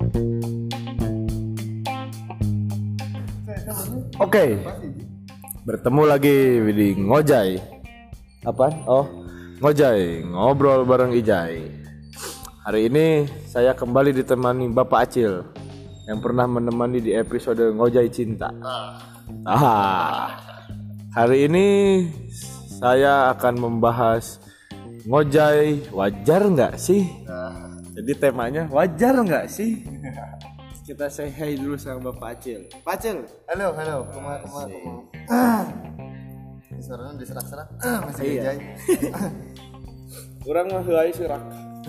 Oke, bertemu lagi di Ngojai. Apaan? Oh, Ngojai, ngobrol bareng Ijai. Hari ini saya kembali ditemani Bapak Acil yang pernah menemani di episode Ngojai Cinta. Hari ini saya akan membahas ngojai wajar nggak sih? Jadi temanya wajar nggak sih? Kita say hi dulu sama Bapak Acil. Pak Acil. Halo. Kumaha. Suaranya diserak-serak. Masih Iya. Ijai. Kurang mah heuai serak.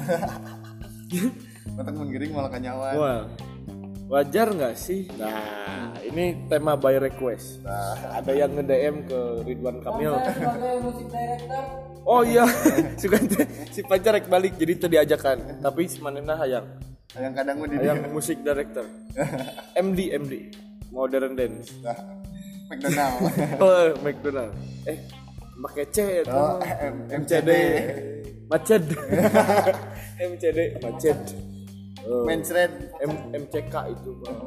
Matang menggiring malah kanyawan. Wah. Wajar nggak sih? Nah, ini tema by request. Ada yang nge-DM ke Ridwan Kamil. Musik director. Oh iya, si pacar rek balik jadi teu diajakan. Tapi si manehna hayang. Yang kadang mau di Hayang musik director. MD Modern Dance. McDonald. Oh, McDonald. Pakai C itu. Oh, MCD. Macet. MCD macet. Oh. Mencret. MCK itu.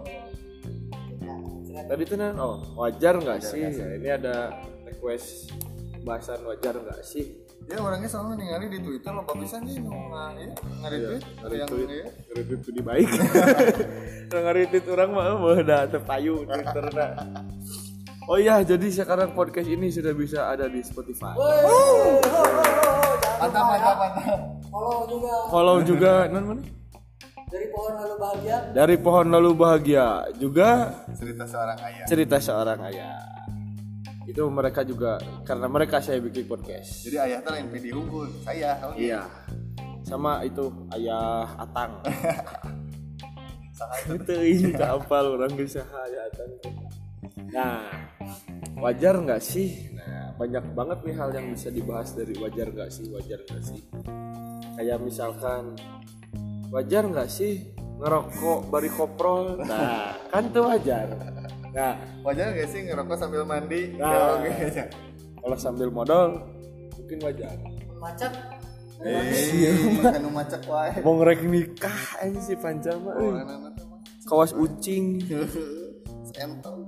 Tadi tuh wajar nggak sih? Ya, ini ada request bahasan wajar nggak sih? Ya orangnya selalu ningali di Twitter lo bisa nih nge-retweet yang ya. Nge-retweet itu di baik. Nge-retweet orang mah udah terpayu Twitterna. Oh iya, jadi sekarang podcast ini sudah bisa ada di Spotify. Mantap. Follow juga mana? Dari pohon lalu bahagia juga cerita seorang ayah. Itu mereka juga karena mereka saya bikin podcast. Jadi ayah tuh lain video unggul saya. Iya. Sama itu ayah Atang. Itu ini kapal orang bisa ayah Atang. Nah, wajar nggak sih? Nah, banyak banget nih hal yang bisa dibahas dari wajar nggak sih? Kayak misalkan wajar nggak sih ngerokok bari koprol? Nah, kan tuh wajar. Nah, wajar gak sih ngerokok sambil mandi? Nah, kalau sambil modal mungkin wajar. Macet. Kanu macet wae. Mau ngerek nikah aja si Panca mah. Kawas ucing. Sentol.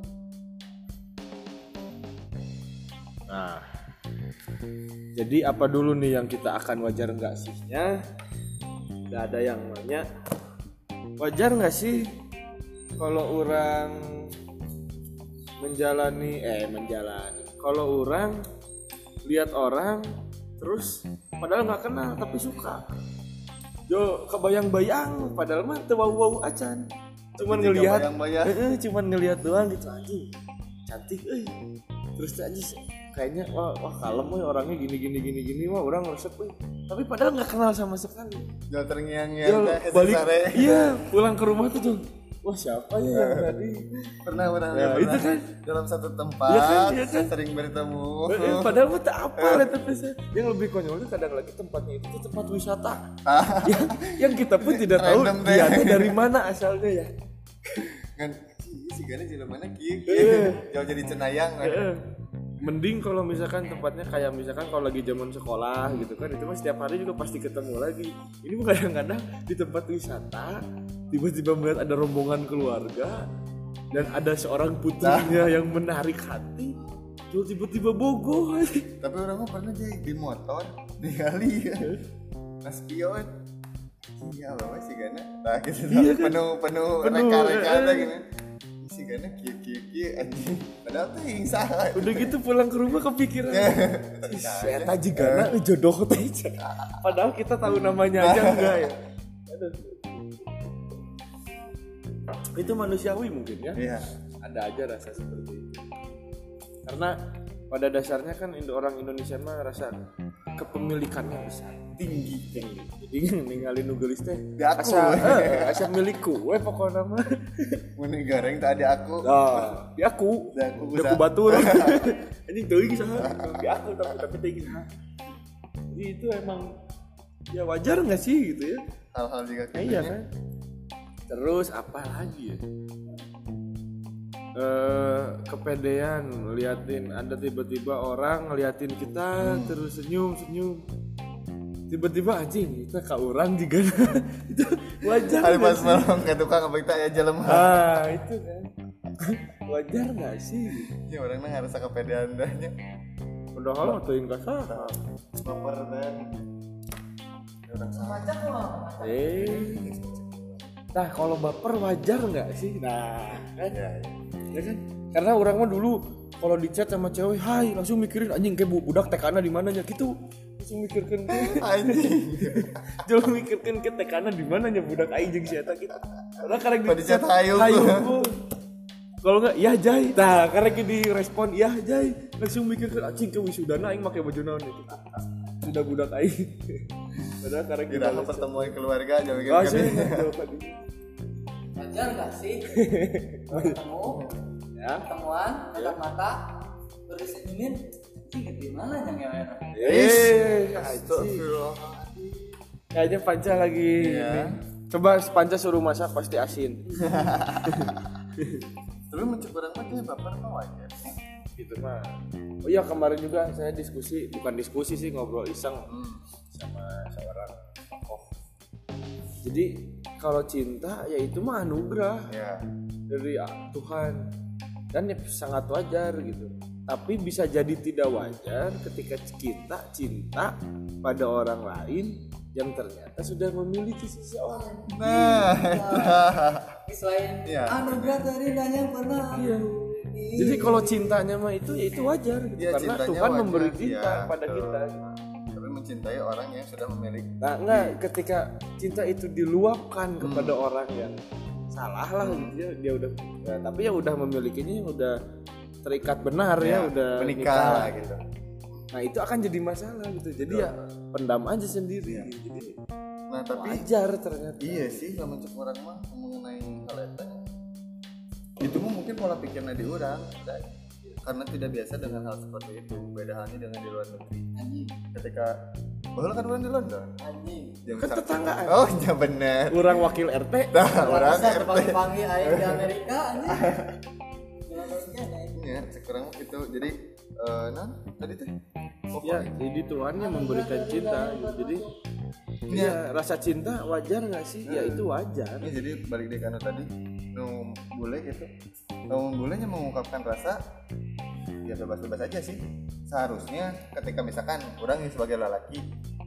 Nah, jadi apa dulu nih yang kita akan wajar nggak sihnya? Udah ada yang nanya, wajar nggak sih kalau orang menjalani kalau orang lihat orang terus padahal nggak kenal tapi suka kebayang-bayang padahal mah teu wau acan cuman ngelihat doang gitu anjing cantik terus aja kayaknya wah kalem orangnya gini wah orang resep tapi padahal nggak kenal sama sekali jual terngiang-ngiang balik iya pulang ke rumah tuh wah siapa ya yang tadi pernah itu kan dalam satu tempat iya kan? sering bertemu padahal mah tak apa yang lebih konyol itu kadang lagi tempatnya itu tempat wisata yang kita pun tidak tahu dia dari mana asalnya ya kan si gana jalan mana kieu jauh jadi cenayang mending kalau misalkan tempatnya kayak misalkan kalau lagi zaman sekolah gitu kan itu mah setiap hari juga pasti ketemu lagi. Ini mah kadang-kadang di tempat wisata tiba-tiba melihat ada rombongan keluarga dan ada seorang putrinya yang menarik hati terus tiba-tiba bogoh. Tapi orang mah pernah jadi di motor di kali pas spion iya loh sih gana nah gitu penuh reka-reka ada gini si gana kieu anjing padahal tuh yang salah udah gitu pulang ke rumah kepikiran saya tadi gana jodoh teh padahal kita tahu namanya aja enggak ya itu manusiawi mungkin ya iya. Ada aja rasa seperti itu karena pada dasarnya kan orang Indonesia mah rasa kepemilikannya besar tinggi jadi ninggalin nugelis teh asa milikku we pokoknya mah mun gareng tadi aku di aku batur anjing teuing saha di aku tapi teuing saha jadi itu emang ya wajar enggak sih gitu ya hal-hal juga iya kan terus apa lagi ya kepedean liatin ada tiba-tiba orang ngeliatin kita terus senyum tiba-tiba anjing kita ka orang juga itu wajar Hari nggak pas sih? malam ke tukang apa kita ya jelema. Itu kan wajar nggak sih? Ya orang nang harus kepedean dahnya. Padahal mah teuing ka saha. Baper dan orang sama. Macet mah. Nah kalau baper wajar nggak sih? Nah kan Ya. ya kan karena orang mah dulu kalau di chat sama cewek hai langsung mikirin anjing kayak budak tekana di mananya gitu langsung mikirkan Anjing. jauh mikirkan ke tekana di mananya budak aing jeung si eta gitu karena karek Pada chat hayu. kalau enggak ya jai nah karek di respon ya jai langsung mikirkan anjing ke wisudana aing make baju naon itu sudah budak aing padahal karek Kira pertemuan keluarga aja mikir oh kan. sih jawaban ini. Wajar nggak sih? Ketemu, Ya ketemuan, tatap mata, bersenyumin, anjing di mana yang ngewe? Astagfirullah. Kayaknya Panca lagi Iya. ini. Coba Panca suruh masak pasti asin. Tapi mencek orang mah dia baper mah wajar. Gitu mah. Oh iya kemarin juga saya bukan diskusi sih ngobrol iseng sama seorang tokoh. Jadi kalau cinta ya itu mah anugerah Ya. dari Tuhan dan ya sangat wajar gitu. Tapi bisa jadi tidak wajar ketika kita cinta pada orang lain yang ternyata sudah memiliki seseorang. Nah, Selain Iya. anugerah dari yang pernah. Iya. Jadi kalau cintanya mah itu ya itu wajar gitu. Iya, Karena cintanya Tuhan wajar, memberi cinta iya, pada betul. kita. tapi mencintai orang yang sudah memiliki. Nah, enggak ketika cinta itu diluapkan kepada orang yang salah lah gitu dia udah ya, tapi ya udah memilikinya udah terikat benar ya udah menikah lah gitu. Nah, itu akan jadi masalah gitu. Jadi ya pendam aja sendiri. Jadi Nah, tapi wajar ternyata. iya sih kalau mencek orang mah mengenai hal itu mah mungkin pola pikirnya di orang karena tidak biasa dengan hal seperti itu. Beda halnya dengan di luar negeri. Anjing, Ketika bahwa kan orang di London anjing. yang Kan tetanggaan. Oh iya benar. Orang wakil RT. Nah, orang Bisa RT panggil aing di Amerika anjing. Jelasnya anjing. ya sekarang itu jadi non tadi tuh Ya, jadi Tuhan yang memberikan cinta gitu. Jadi ya rasa cinta wajar nggak sih? Ya itu wajar. ini jadi balik dari kanu tadi nu bule gitu bulenya mengungkapkan rasa ya bebas-bebas aja sih seharusnya ketika misalkan orang yang sebagai lelaki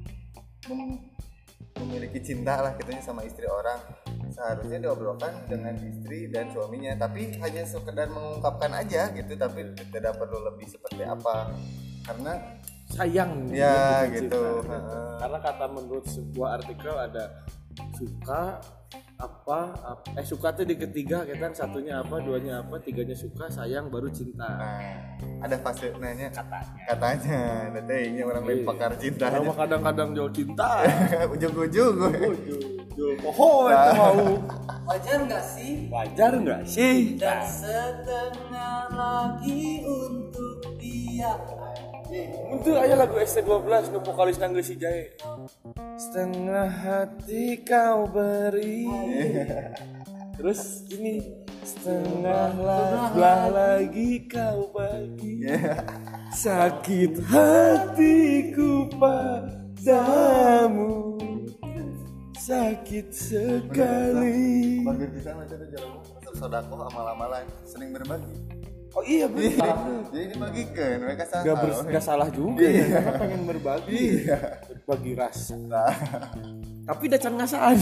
memiliki cinta lah kitanya sama istri orang seharusnya diobrolkan dengan istri dan suaminya tapi hanya sekedar mengungkapkan aja gitu tapi tidak perlu lebih seperti apa karena Sayang ya bukan gitu. cinta. Karena kata menurut sebuah artikel ada suka suka tuh di ketiga kita satunya apa duanya apa tiganya suka sayang baru cinta. nah ada fase nanya katanya ini orang lain pakar cinta Kalau kadang-kadang jual cinta ujung-ujung jual pohon mau Wajar nggak sih? wajar nggak sih? Dan setengah lagi untuk dia. Itu aja lagu ST12 nu vokalis nanggeus si Jae. Setengah hati kau beri. Terus ini setengah lagi kau bagi. Sakit hatiku padamu. Sakit sekali. bagi kita macam itu jalan sodako amal-amalan sering berbagi Oh iya benar. jadi dibagikan mereka salah Gak salah juga ya, karena pengen berbagi, berbagi rasa. nah, Tapi udah can ngasaan.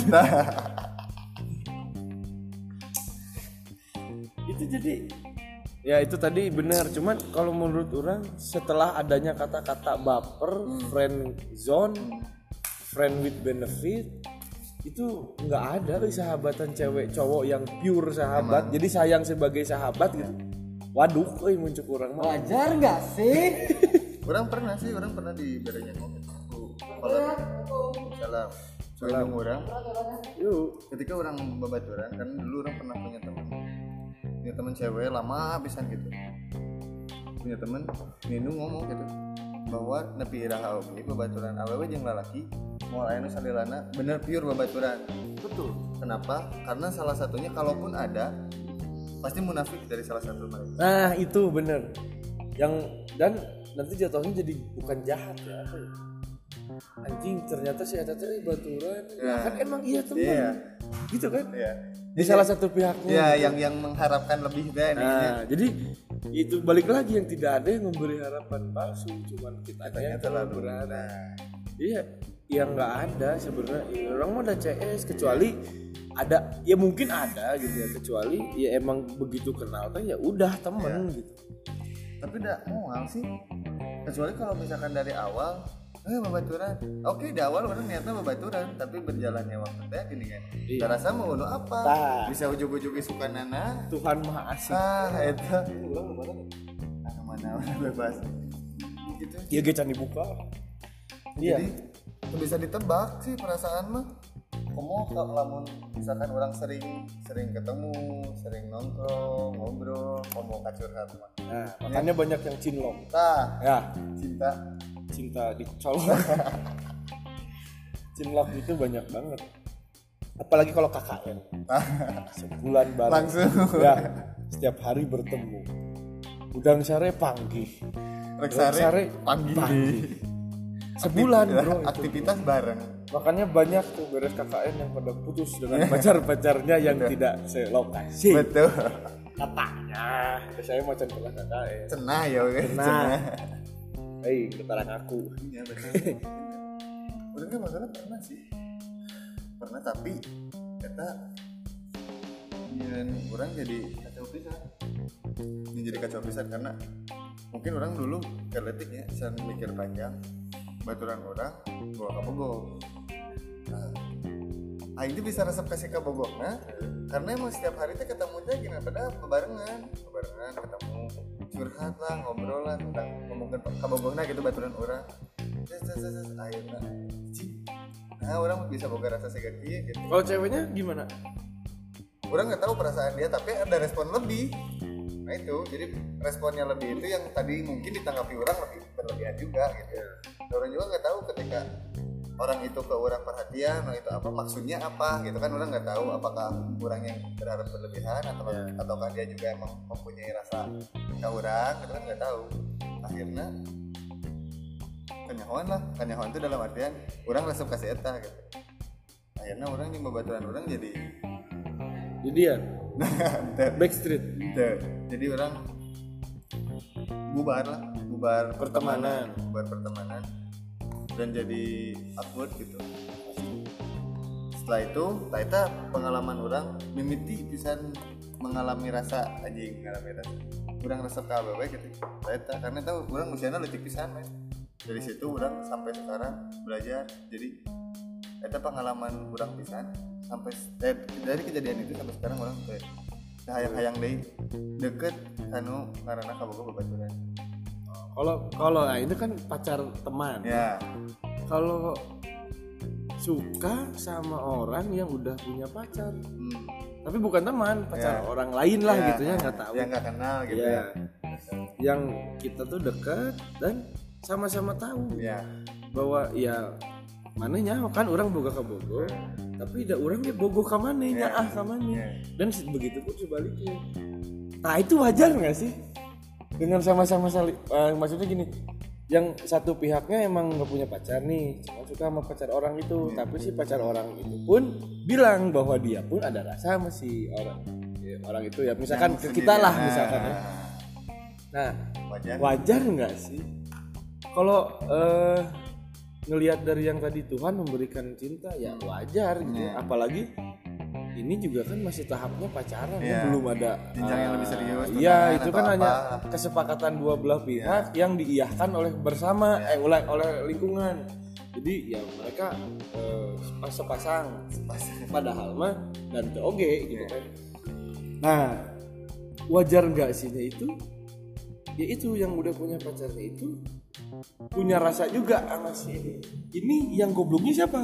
Itu jadi, ya itu tadi benar. Cuman kalau menurut orang setelah adanya kata-kata baper, friend zone, friend with benefit, itu nggak ada sahabatan cewek cowok yang pure sahabat. Jadi sayang sebagai sahabat gitu. Waduh, muncul orang mah. Wajar nggak sih? orang pernah di bedanya ngomong salam salam orang Yuk. ketika orang babaturan kan dulu orang pernah punya teman cewek lama habisan gitu punya teman Ninu ngomong gitu bahwa nepi iraha oge babaturan awewe jeung lalaki moal aya nu salilana bener pure babaturan Betul. kenapa karena salah satunya kalaupun ada pasti munafik dari salah satu mereka Nah itu bener. Yang dan nanti jatuhnya jadi bukan jahat ya apa ya? anjing ternyata si eta teh baturan. Ya kan emang iya teman. Iya. Gitu kan? Iya. Di salah satu pihaknya. Ya, gitu. yang mengharapkan lebih deh nih. Nah, jadi itu balik lagi yang tidak ada yang memberi harapan palsu, cuman kita yang terlalu berharap. Iya, yang nggak ada sebenarnya. Orang mau ada CS kecuali ada, ya mungkin ada gitu ya, kecuali ya emang begitu kenal kan ya udah temen gitu. Tapi udah mual sih. Kecuali kalau misalkan dari awal babaturan. Oke, di awal orang niatnya babaturan, tapi berjalannya waktu teh gini kan. Iya. Da rasa mau apa? Tah. Bisa ujug-ujug suka nana. Tuhan Maha Asik. Eta. Mana bebas. Gitu. Ya ge can dibuka. Iya. Jadi bisa ditebak sih perasaan mah. Kamu kalau lamun misalkan orang sering ketemu, sering nongkrong, ngobrol, ngomong curhat mah. Nah, makanya banyak yang cinlok. Tah, Ya, cinta dicolok. Cinlok itu banyak banget. Apalagi kalau KKN. Sebulan bareng. Langsung. Ya, setiap hari bertemu. Udang sare panggih. Rek sare panggih. Sebulan bro itu. Aktivitas bareng. Makanya banyak tuh beres KKN yang pada putus dengan pacar-pacarnya yang tidak selokasi. Betul. Katanya, saya mau pernah KKN. Cenah ya, oke. Cenah. Hei, ketarang aku. Iya betul. Udah kan masalah pernah sih. Pernah tapi kita orang jadi kacau pisan. Ini jadi kacau pisan karena mungkin orang dulu keletik ya, bisa mikir panjang. Baturan orang bawa ke Bogor. Nah, itu bisa resep kasih ke Bogor, nah, karena emang setiap hari itu ketemu aja gini, pada bebarengan ketemu, curhat lah, ngobrol lah tentang ngomongin ke Bogor, nah gitu baturan orang. Akhirnya, nah orang bisa boga rasa segan gitu. Kalau ceweknya gimana? Orang nggak tahu perasaan dia, tapi ada respon lebih. Nah itu, jadi responnya lebih itu yang tadi mungkin ditanggapi orang lebih berlebihan juga gitu. Orang juga nggak tahu ketika orang itu ke orang perhatian, orang itu apa maksudnya apa gitu kan, orang nggak tahu apakah orang yang berharap berlebihan ataukah dia juga emang mempunyai rasa ke orang gitu kan, nggak tahu. Akhirnya kanyahoan itu dalam artian orang resep kasih eta gitu. Akhirnya orang yang bebaturan orang jadi ya Backstreet. Jadi orang bubar pertemanan dan jadi awkward gitu. Setelah itu taita pengalaman orang mimiti pisan mengalami rasa kurang resep ke awewe gitu taita, karena tahu orang usianya letik pisan men. Dari situ orang sampai sekarang belajar, jadi taita pengalaman orang pisan sampai dari kejadian itu sampai sekarang orang kayak hayang deh deket anu karena kabogoh bebaturan. Kalau nah itu kan pacar teman. Ya. Kalau suka sama orang yang udah punya pacar, tapi bukan teman, pacar orang lain lah gitu ya, nggak tahu. Yang nggak kenal gitu ya. Yang kita tuh dekat dan sama-sama tahu bahwa ya mananya kan orang boga ke Bogor, tapi da orang dia bogo ke mana nyaah ke mana. Dan begitu pun sebaliknya. Nah itu wajar nggak sih? Dengan sama-sama maksudnya gini, yang satu pihaknya emang nggak punya pacar nih, cuma suka sama pacar orang itu, tapi si pacar orang itu pun bilang bahwa dia pun ada rasa sama si orang itu ya, misalkan ke kita lah misalkan ya. Nah wajar nggak sih kalau ngelihat dari yang tadi Tuhan memberikan cinta ya wajar gitu, apalagi ini juga kan masih tahapnya pacaran belum ada jenjang yang lebih serius. Iya itu kan hanya kesepakatan dua belah pihak yang diiyahkan oleh bersama oleh lingkungan. Jadi ya mereka sepasang padahal mah dan oge gitu kan. Nah wajar nggak sih itu? Ya itu yang udah punya pacarnya itu punya rasa juga sama si ini yang gobloknya siapa?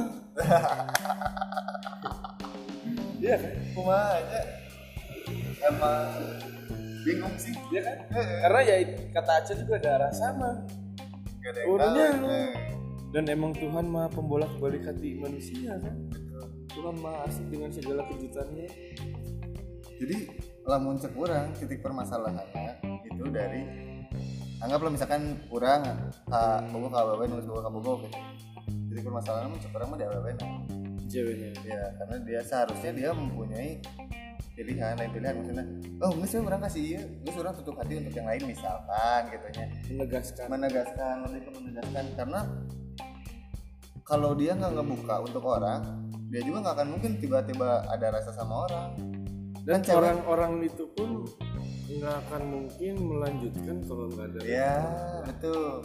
Iya kan? Kumaha aja. Emang bingung sih. Iya kan? Karena ya kata Aca juga ada rasa sama. Urutnya dan emang Tuhan Maha pembolak balik hati manusia kan? Tuhan Maha asik dengan segala kejutannya. Jadi lamun cek urang titik permasalahannya itu dari anggaplah misalkan urang bogo ka awewe nulis bogo ka bogo gitu. jadi permasalahan cek orang mah di AWW ceweknya. ya, karena dia seharusnya dia mempunyai pilihan lain, pilihan maksudnya nggak sih orang kasih iya, nggak orang tutup hati untuk yang lain misalkan gitunya, menegaskan lebih ke menegaskan, karena kalau dia nggak ngebuka untuk orang, dia juga nggak akan mungkin tiba-tiba ada rasa sama orang. Dan Kan orang-orang itu pun nggak akan mungkin melanjutkan kalau nggak ada. Ya betul.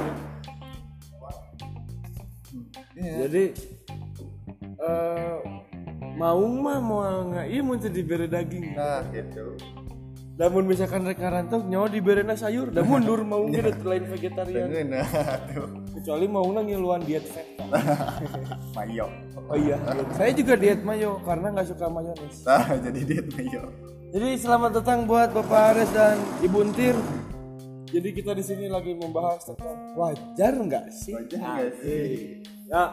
Ya. Jadi mau nggak iya mau jadi bere daging. Nah gitu. Namun misalkan rek ngarantok nyawa di berena sayur, dah mundur mau gitu lain vegetarian. Nah tuh. Kecuali mau ngiluan diet fat. Mayo. Oh iya, saya juga diet mayo karena nggak suka mayones. Nah jadi diet mayo. Jadi selamat datang buat Bapak Ares dan Ibu Untir. Jadi kita di sini lagi membahas tentang wajar nggak sih? Wajar nggak sih? Ya.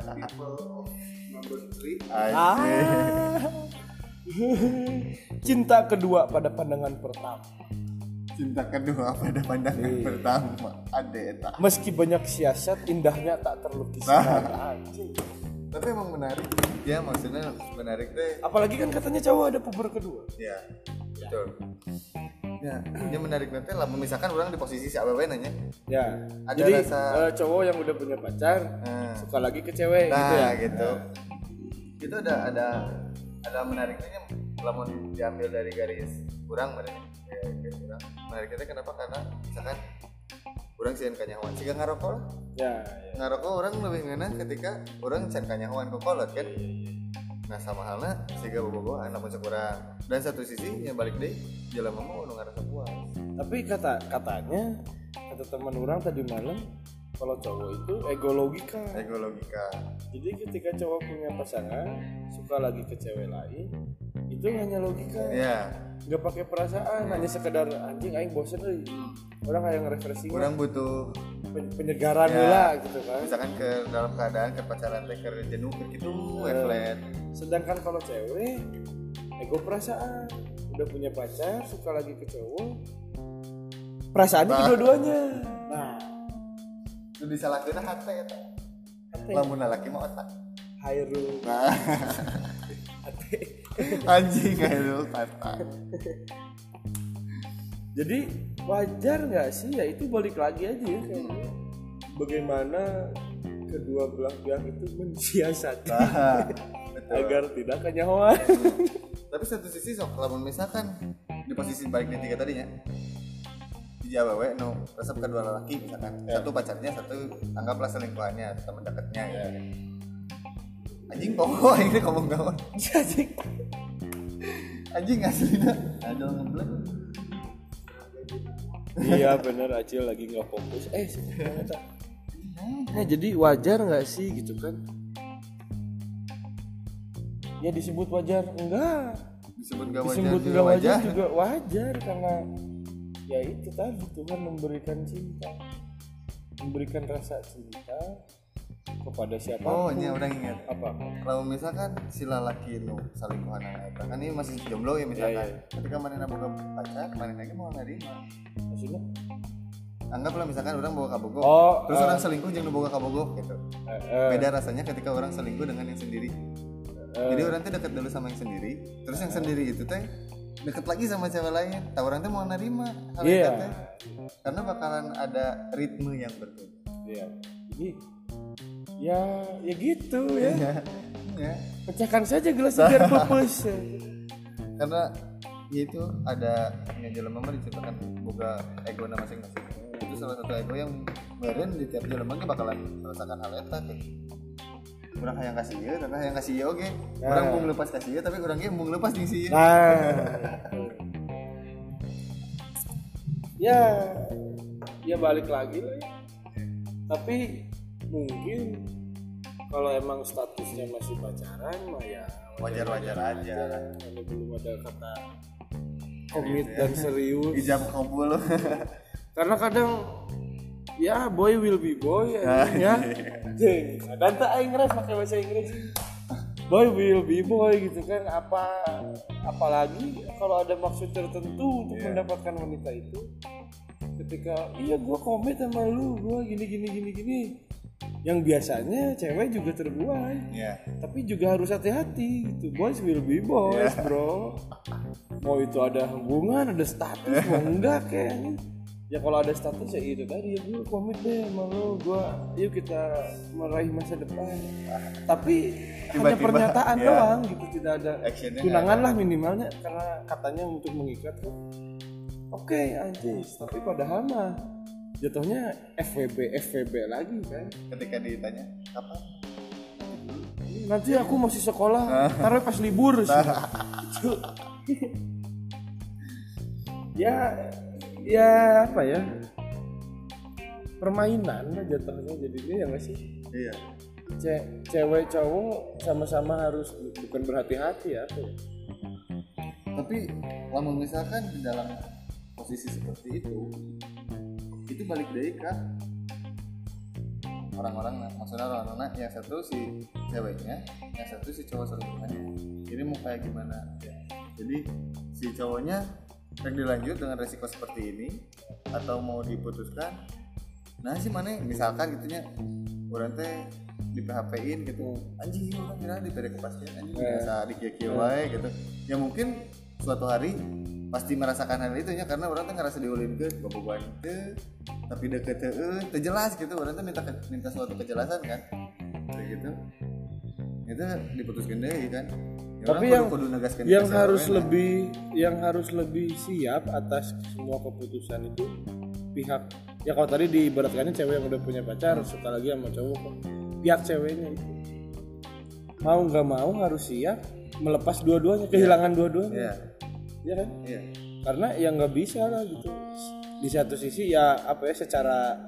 Cinta kedua pada pandangan pertama. Cinta kedua pada pandangan pertama. Ada eta. Meski banyak siasat, indahnya tak terlukiskan. Anjing. Tapi emang menarik. Ya maksudnya menarik deh. Apalagi kan katanya cowok ada puber kedua. Ya. Betul. Ya, ini menarik nanti lah memisahkan orang di posisi si AWW nanya. Ya. Ada Jadi rasa cowok yang udah punya pacar suka lagi ke cewek gitu ya. Gitu. Itu ada menariknya lamun diambil dari garis kurang berarti. Ya, garis kurang. Menariknya kenapa? Karena misalkan orang sieun kanyahoan siga ngarokok lah. Ya. Ngarokok orang lebih ngeunah ketika orang can kanyahoan ku kolot kan. Nah sama halnya siga bobogohan lamun kurang. Dan satu sisi yang balik deui jelema mah udah ngarasa puas. Tapi katanya kata teman orang tadi malam kalau cowok itu ego logika. Jadi ketika cowok punya pasangan suka lagi ke cewek lain itu hanya logika. Iya. Nggak pakai perasaan, hanya sekedar anjing aing bosen euy. Orang kayak refreshing. Orang butuh penyegaran lah gitu kan. Misalkan ke dalam keadaan ke pacaran teh keur jenuh gitu, flat. Sedangkan kalau cewek ego perasaan, udah punya pacar, suka lagi ke cowok. Perasaannya kedua-duanya. Nah, itu disalahkeun hate eta. Lamun lalaki mah otak. Hairul. Nah. Anjing Hairul otak. Jadi wajar nggak sih? Ya itu balik lagi aja ya kayaknya. Bagaimana kedua belah pihak itu mensiasati agar tidak kenyawan. Tapi satu sisi sok lamun misalkan di posisi balik di tiga tadinya di AWW resep kedua lelaki misalkan satu pacarnya, satu anggaplah selingkuhannya, teman dekatnya ya. Anjing pokok ini ngomong gawan. Anjing aslinya ada ngeblek. Iya bener, Acil lagi nggak fokus. Nah jadi wajar nggak sih gitu kan? Ya disebut wajar enggak? Disebut nggak wajar juga wajar karena ya itu tadi Tuhan memberikan cinta, memberikan rasa cinta kepada siapa. Oh ini orang ingat apa? Kalau misalkan si lalaki nu salingkuhan eta kan ini masih jomblo ya misalkan. Ya. Ketika manehna boga pacar, manehna ge mau nerima. Maksudnya? Anggaplah misalkan orang bawa kabogok, terus orang selingkuh jeung nu boga kabogok gitu. Beda rasanya ketika orang selingkuh dengan yang sendiri. Jadi orang tuh deket dulu sama yang sendiri, terus yang sendiri itu teh deket lagi sama cewek lain. Tahu orang tuh mau nerima hal itu teh. Karena bakalan ada ritme yang berbeda. Iya. Jadi ya gitu ya. Ya. Pecahkan saja gelas biar pupus. Karena ya itu ada yang jelema mah diciptakan boga ego na masing-masing. Itu salah satu ego yang meureun di tiap jelema ge bakalan merasakan hal eta teh. Urang hayang kasih ieu, karena hayang kasih ieu oge. Urang mung leupas kasih ieu, tapi urang ge mung leupas jeung si ieu. Ya balik lagi lah ya. Tapi mungkin kalau emang statusnya masih pacaran mah ya wajar-wajar aja. Kalau belum ada kata komit dan serius. Ijab kabul. Karena kadang ya boy will be boy ya. Dan tak aing ngeres pakai bahasa Inggris. Boy will be boy gitu kan, apalagi kalau ada maksud tertentu untuk mendapatkan wanita itu. Ketika iya gue komit sama lu, gue gini yang biasanya cewek juga terbuai. Iya. Tapi juga harus hati-hati gitu. Boys will be boys, bro. Mau itu ada hubungan, ada status, mau enggak kayaknya. Ya kalau ada status ya itu tadi, ya gue komit deh sama lo, yuk kita meraih masa depan. Tapi hanya Tiba-tiba, pernyataan ya. doang gitu, tidak ada Actionnya tunangan nggak lah minimalnya, karena katanya untuk mengikat tuh. Oke, anjir, tapi padahal mah jatuhnya FWB lagi kan. Ketika ditanya kapan? Nanti aku masih sekolah, taruh pas libur sih. ya apa ya, permainan lah jatuhnya jadinya, ya nggak sih? Iya. Cewek cowok sama-sama harus bukan berhati-hati ya apa ya? Tapi lama misalkan di dalam posisi seperti itu balik dari ke orang-orang, maksudnya orang-orang yang satu si ceweknya, yang satu si cowok selingkuhannya. Ini mau kayak gimana ya? Jadi si cowoknya yang dilanjut dengan resiko seperti ini atau mau diputuskan. Nah si mana misalkan gitunya orang teh di PHP-in gitu, anjing orang kira di PD kepastian anjing biasa dikira wae gitu. Ya mungkin suatu hari pasti merasakan hal itu nya, karena orang tuh ngerasa diulin ke bobogohan teu tapi deket teu jelas gitu. Orang tuh minta suatu kejelasan kan kayak gitu, itu diputuskan deh kan ya. Tapi orang kudu negaskeun yang ke harus cewekna. harus lebih siap atas semua keputusan itu pihak, ya kalau tadi diibaratkannya cewek yang udah punya pacar suka lagi sama cowok, pihak ceweknya itu mau nggak mau harus siap melepas dua-duanya, kehilangan dua-duanya. Iya. Ya kan? Iya. Karena ya nggak bisa lah gitu. Di satu sisi ya apa ya, secara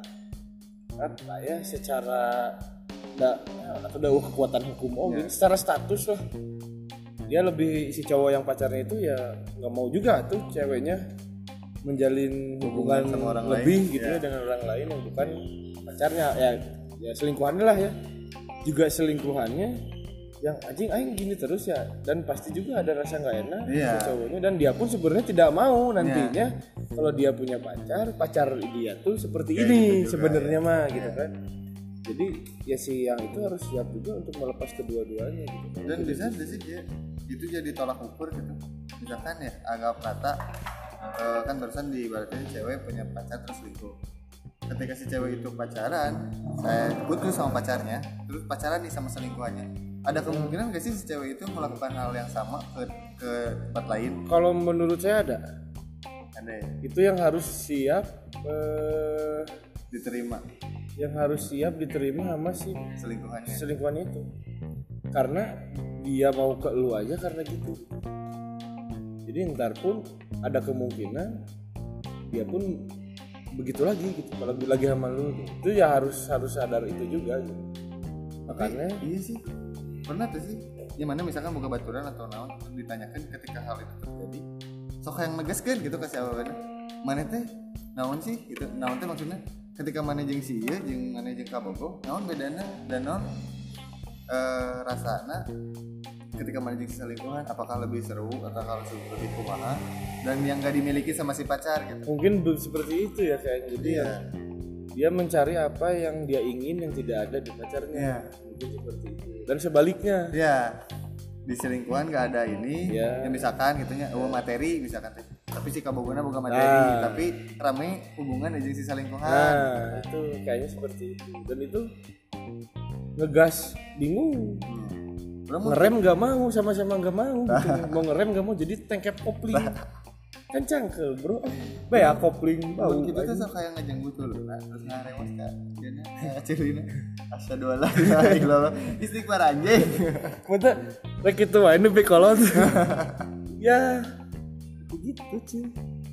atau ada kekuatan hukum gitu, secara status lah dia lebih, si cowok yang pacarnya itu ya nggak mau juga tuh ceweknya menjalin hubungan sama orang lebih lain, gitu ya. ya dengan orang lain yang bukan pacarnya, ya selingkuhannya lah ya, juga selingkuhannya yang anjing aing gini terus ya, dan pasti juga ada rasa nggak enak Iya. si cowoknya, dan dia pun sebenarnya tidak mau nantinya kalau dia punya pacar dia tuh seperti Kayak ini gitu juga, sebenarnya ya. mah gitu kan. Jadi ya si yang itu harus siap juga untuk melepas kedua-duanya gitu kan. Dan bisa sih dia itu jadi tolak ukur gitu. Misalkan ya anggap kata kan barusan diibaratkan cewek punya pacar terus selingkuh. Ketika si cewek itu pacaran, saya putus sama pacarnya, terus pacaran nih sama selingkuhannya, ada kemungkinan gak sih si cewek itu melakukan hal yang sama ke tempat lain? Kalau menurut saya ada Ada ya? itu yang harus siap Diterima diterima sama si selingkuhannya. selingkuhan itu, karena dia mau ke lu aja karena gitu. Jadi ntar pun ada kemungkinan dia pun begitu lagi gitu kalau lagi sama lu, itu ya harus sadar itu juga gitu. Makanya Iya sih, pernah tuh sih ya mana misalkan buka baturan atau naon ditanyakan ketika hal itu terjadi, sok yang negaskeun gitu kasih awalnya mana teh naon sih gitu, naon teh maksudnya ketika mana jeung si ieu jeung mana jeung kabogo naon bedana dan naon rasana ketika mana jeung si selingkuhan, apakah lebih seru atau lebih kumaha dan yang gak dimiliki sama si pacar gitu. mungkin seperti itu ya kayaknya. Jadi Iya. ya, dia mencari apa yang dia ingin yang tidak ada di pacarnya. Iya. Mungkin seperti itu. Dan sebaliknya. Ya di selingkuhan gak ada ini Ya. ya misalkan gitunya materi misalkan teh, tapi si kabogona boga materi tapi rame hubungan aja si selingkuhan. Nah, itu kayaknya seperti itu. Dan itu ngegas bingung. Ngerem nggak mau, sama-sama nggak mau. Gitu. Mau ngerem nggak mau, jadi tengkep kopling. Kan cangkel bro. Baya kopling bau. Kita tuh sok kayak ngejenggut dulu, nah, terus ngarewas kan, jadinya kecilin, asyhadu alla ilaha illallah, istighfar anjing. Mata, rek itu wae nu bekolot. Ya, begitu sih.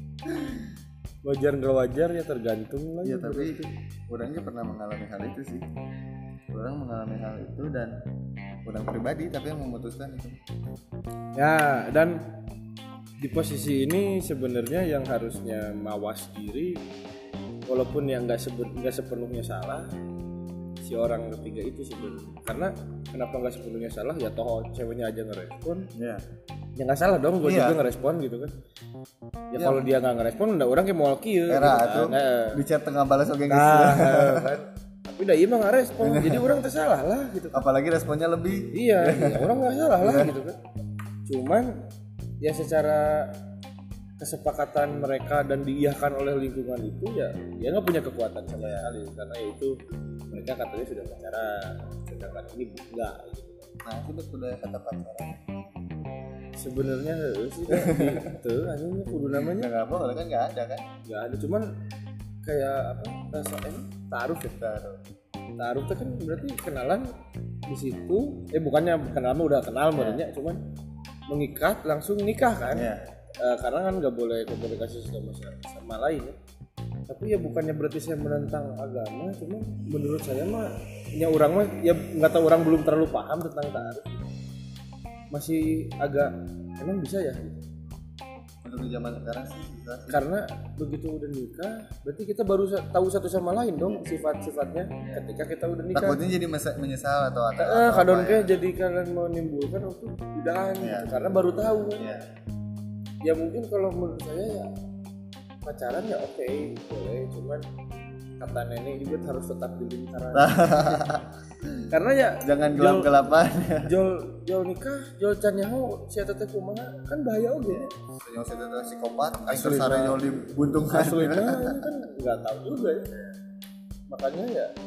Wajar nggak wajar ya tergantung lah. Ya tapi orangnya pernah mengalami hal itu sih. Orang mengalami hal itu dan orang pribadi tapi yang memutuskan itu. Ya, dan di posisi ini sebenarnya yang harusnya mawas diri, walaupun yang nggak sepenuhnya salah si orang ketiga itu sebenarnya. Karena kenapa nggak sepenuhnya salah, ya toh ceweknya aja ngerespon, Ya. ya nggak salah dong gue juga ngerespon gitu kan. Ya kalau dia nggak ngerespon, udah orang kayak mau kieu Era gitu tuh kan. di chat tengah balas oke Nah, kan. tapi dah emang nggak respon jadi orang tersalah lah gitu. Apalagi responnya lebih. Iya, orang nggak salah lah gitu kan. Cuman ya secara kesepakatan mereka dan diiyahkan oleh lingkungan itu ya dia nggak punya kekuatan sama sekali karena ya itu mereka katanya sudah pacaran, sedangkan ini enggak gitu. Nah itu udah kata pacaran. Sebenarnya sih itu anjingnya kudu namanya Nggak boleh kan nggak ada kan? nggak ada, cuman kayak apa rasanya taruh ya taruh itu kan berarti kenalan di situ bukannya kenalan mah udah kenal modelnya cuman mengikat langsung nikah kan. Karena kan nggak boleh komunikasi sama lain ya. Tapi ya bukannya berarti saya menentang agama, cuma menurut saya mah ya orang mah ya nggak tahu orang belum terlalu paham tentang taruh, masih agak emang bisa ya gitu. Untuk di zaman sekarang sih bisa sih. Karena begitu udah nikah berarti kita baru tahu satu sama lain dong sifat-sifatnya ketika kita udah nikah. Takutnya jadi menyesal atau kadang jadi kalian menimbulkan waktu godaan gitu, karena baru tahu kan. Ya mungkin kalau menurut saya ya pacaran ya oke, boleh, cuman kata nenek juga harus tetap di lingkaran. Karena ya jangan gelap-gelapan. Jol nikah, jol can nyaho sia teteh kumaha kan bahaya oge. Yang saya psikopat, asal sare jol dibuntungan. Aslinya kan enggak tahu juga ya. Makanya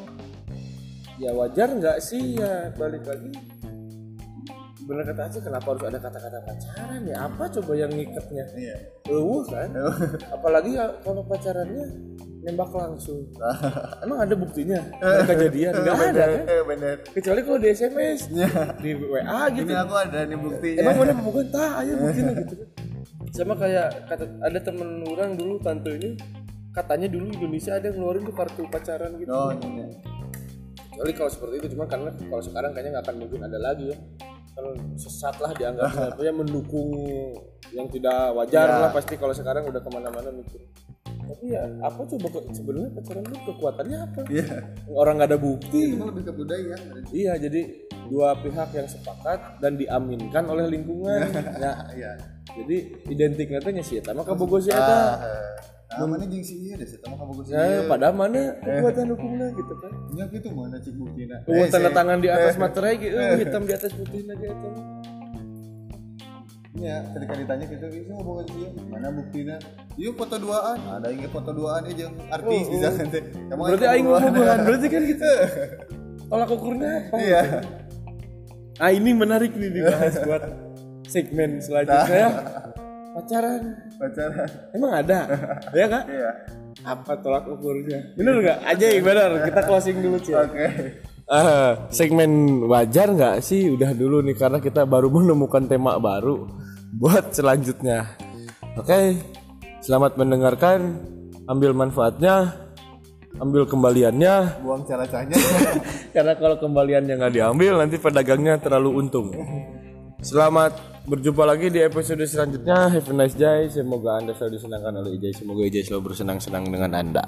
ya wajar enggak sih ya balik lagi. Bener kata aja kenapa harus ada kata-kata pacaran ya, apa coba yang ngikatnya kan apalagi ya, kalau pacarannya nembak langsung emang ada buktinya kejadian nggak ada kan bener. kecuali kalau di SMS di WA gitu ini aku ada nih buktinya emang mana bukan ayo buktinya gitu kan. Sama kayak ada temen orang dulu tante ini katanya dulu Indonesia ada yang ngeluarin tuh kartu pacaran gitu. Kecuali kalau seperti itu, cuma karena kalau sekarang kayaknya nggak akan mungkin ada lagi ya. Kalau sesat lah dianggapnya, ya mendukung yang tidak wajar lah pasti kalau sekarang udah kemana-mana mikir. Tapi ya apa coba sebenarnya pacaran itu kekuatannya apa? Orang nggak ada bukti. Itu lebih ke budaya. Iya, jadi dua pihak yang sepakat dan diaminkan oleh lingkungan. Jadi identik katanya sih, sama kabogo sih eta. Mana jeung si ieu deh sama kabogo sih. Padahal mana kekuatan hukumnya gitu kan? Nya gitu mana cik buktina. Tanda tangan di atas materai gitu, hitam di atas putih lagi eta. Ya, ketika ditanya gitu, "Ieu ngomongin sih mana buktina?" Ieu foto duaan. Ada yang foto duaan ieu jeung artis bisa teh. Berarti aing ngomong berarti kan gitu. Tolak ukurnya apa? Iya. Ah ini menarik nih dibahas buat segmen selanjutnya ya. Pacaran emang ada ya kak? Iya. Apa tolak ukurnya bener nggak aja bener kita closing dulu sih. Oke. Segmen wajar nggak sih udah dulu nih karena kita baru menemukan tema baru buat selanjutnya. Oke, selamat mendengarkan, ambil manfaatnya, ambil kembaliannya, Buang cara-caranya. karena kalau kembaliannya nggak diambil nanti pedagangnya terlalu untung. Selamat berjumpa lagi di episode selanjutnya. Have a nice day. Semoga Anda selalu disenangkan oleh Ijay. Semoga Ijay selalu bersenang-senang dengan Anda.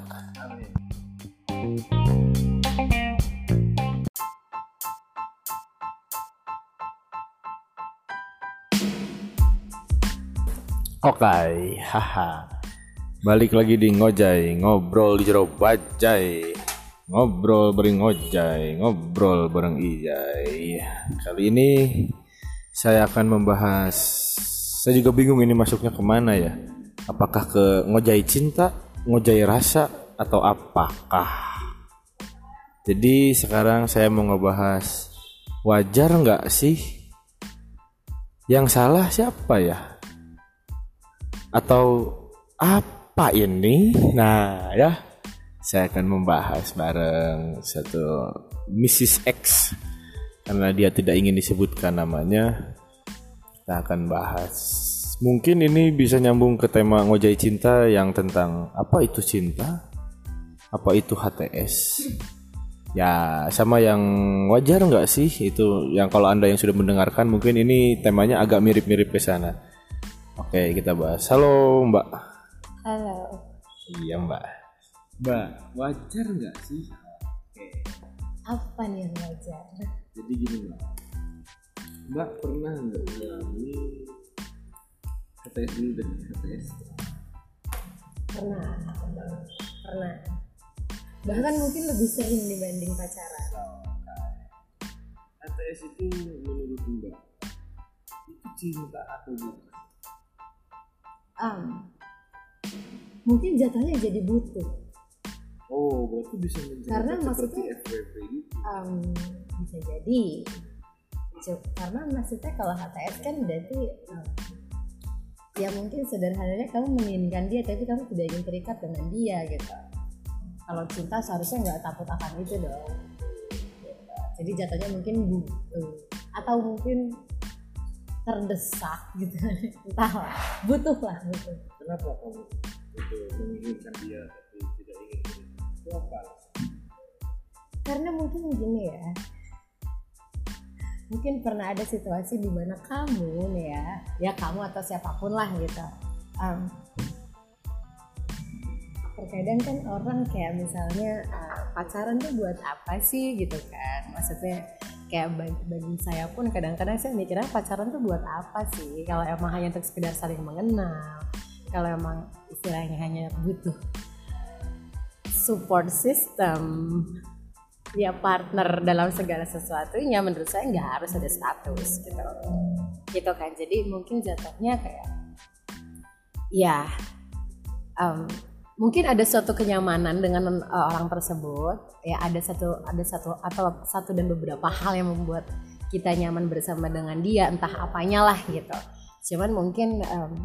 Oke, haha. Balik lagi di Ngojay, ngobrol di jero bajai. Ngobrol bareng Ngojay, ngobrol bareng Ijay. Kali ini saya akan membahas, saya juga bingung ini masuknya kemana ya. Apakah ke Ngojay cinta, Ngojay rasa, atau apakah? Jadi sekarang saya mau ngebahas, wajar nggak sih? Yang salah siapa ya? Atau apa ini? Nah ya, saya akan membahas bareng satu Mrs. X. Karena dia tidak ingin disebutkan namanya, kita akan bahas. Mungkin ini bisa nyambung ke tema Ngojay cinta yang tentang apa itu cinta, apa itu HTS. Ya sama yang wajar nggak sih itu, yang kalau Anda yang sudah mendengarkan mungkin ini temanya agak mirip-mirip ke sana. Oke, kita bahas. Halo Mbak. Halo. Iya Mbak. Mbak, wajar nggak sih? Apa nih yang wajar? Jadi gini Mbak pernah nggak mengalami HTS dulu dan HTS? Pernah. Bahkan mungkin lebih sering dibanding pacaran. HTS itu menurut Mbak itu cinta atau bukan? Mungkin jatuhnya jadi butuh. Oh, berarti bisa Karena menjadi seperti maksudnya- FWB gitu. Bisa jadi. Karena maksudnya kalau HTS kan berarti ya mungkin sederhananya kamu menginginkan dia tapi kamu tidak ingin terikat dengan dia gitu. Kalau cinta seharusnya nggak takut akan itu dong. Gitu. Jadi jatuhnya mungkin butuh atau mungkin terdesak gitu. Entahlah, butuh. Kenapa kamu itu menginginkan dia tapi tidak ingin dia? Itu apa? Karena mungkin gini ya. Mungkin pernah ada situasi di mana kamu nih ya kamu atau siapapun lah gitu. Terkadang kan orang kayak misalnya pacaran tuh buat apa sih gitu kan? Maksudnya kayak bagi saya pun kadang-kadang saya mikirnya pacaran tuh buat apa sih? Kalau emang hanya untuk sekedar saling mengenal, kalau emang istilahnya hanya butuh support system, ya partner dalam segala sesuatunya, menurut saya nggak harus ada status gitu kan. Jadi mungkin jatuhnya kayak ya mungkin ada suatu kenyamanan dengan orang tersebut, ya ada satu dan beberapa hal yang membuat kita nyaman bersama dengan dia, entah apanya lah gitu. Cuman mungkin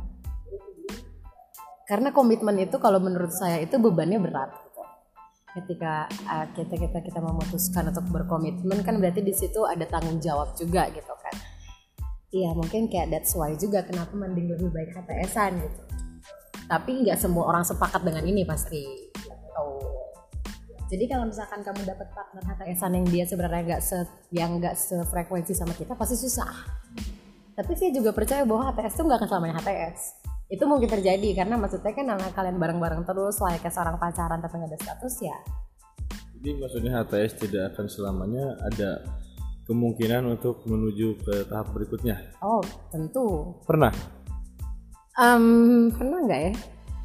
karena komitmen itu kalau menurut saya itu bebannya berat. Ketika kita memutuskan untuk berkomitmen kan berarti di situ ada tanggung jawab juga gitu kan. Iya mungkin kayak that's why juga kenapa mending lebih baik HTS-an gitu. Tapi nggak semua orang sepakat dengan ini pasti. Jadi kalau misalkan kamu dapat partner HTS-an yang dia sebenarnya nggak sefrekuensi sama kita pasti susah. Tapi saya juga percaya bahwa HTS itu nggak akan selamanya HTS. Itu mungkin terjadi karena maksudnya kan namanya kalian bareng-bareng terus layaknya seorang pacaran tapi nggak ada status ya. Jadi maksudnya HTS tidak akan selamanya ada kemungkinan untuk menuju ke tahap berikutnya. Oh tentu. Pernah? Pernah nggak ya?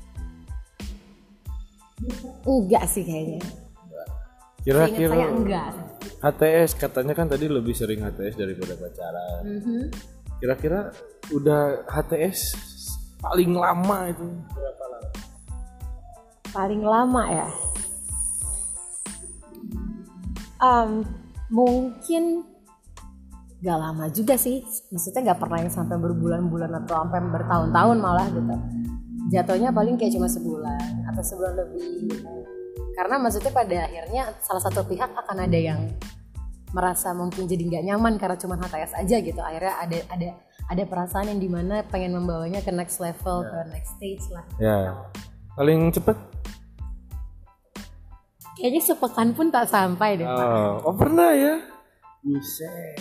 Enggak sih kayaknya. Seingat Kira-kira saya enggak. HTS katanya kan tadi lebih sering HTS daripada pacaran. Kira-kira udah HTS paling lama itu berapa lama? Paling lama ya? Mungkin gak lama juga sih. Maksudnya gak pernah yang sampai berbulan-bulan atau sampai bertahun-tahun malah gitu. Jatuhnya paling kayak cuma sebulan atau sebulan lebih. Karena maksudnya pada akhirnya salah satu pihak akan ada yang merasa mungkin jadi nggak nyaman karena cuma HTS aja gitu. Akhirnya ada perasaan yang dimana pengen membawanya ke next level, ke next stage lah. Ya, paling cepet? Kayaknya sepekan pun tak sampai deh Pak. Oh pernah ya? Buset.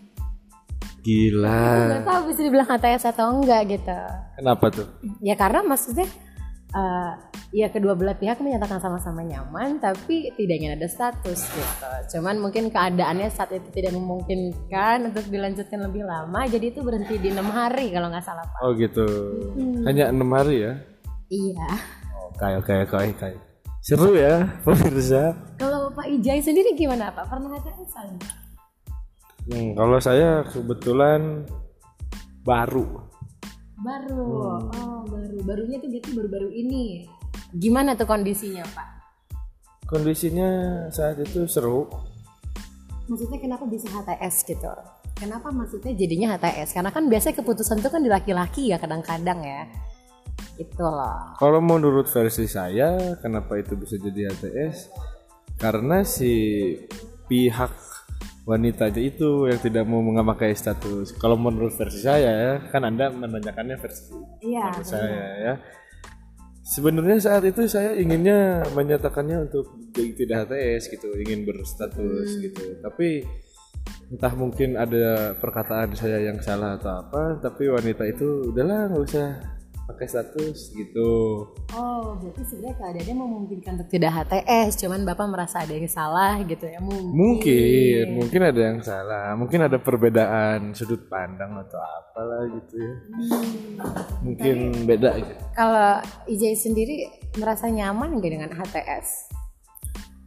Gila. Nggak tahu bisa dibilang HTS atau enggak gitu. Kenapa tuh? Ya karena maksudnya ya kedua belah pihak menyatakan sama-sama nyaman tapi tidak ingin ada status gitu. Cuman mungkin keadaannya saat itu tidak memungkinkan untuk dilanjutkan lebih lama, jadi itu berhenti di 6 hari kalau nggak salah Pak. Oh gitu. Hanya 6 hari ya? Iya. Oke. Seru ya pemirsa. Kalau Pak Ijai sendiri gimana Pak? Pernah HTS-an? Kalau saya kebetulan baru. Barunya tuh berarti baru-baru ini. Gimana tuh kondisinya Pak? Kondisinya saat itu seru. Maksudnya kenapa bisa HTS gitu? Kenapa maksudnya jadinya HTS? Karena kan biasanya keputusan itu kan di laki-laki ya kadang-kadang ya. Gitu loh. Kalau menurut versi saya, kenapa itu bisa jadi HTS? Karena si pihak wanita aja itu yang tidak mau memakai status. Kalau menurut versi saya ya, kan Anda menanyakannya versi saya ya. Sebenarnya saat itu saya inginnya menyatakannya untuk jadi tidak HTS gitu, ingin berstatus gitu. Tapi entah mungkin ada perkataan saya yang salah atau apa, tapi wanita itu udahlah nggak usah pakai status gitu. Oh, berarti sebenarnya keadaannya memungkinkan untuk tidak HTS, cuman Bapak merasa ada yang salah gitu ya Mungkin ada yang salah, mungkin ada perbedaan sudut pandang atau apalah gitu ya. Mungkin beda gitu. Kalau Ijai sendiri merasa nyaman nggak dengan HTS?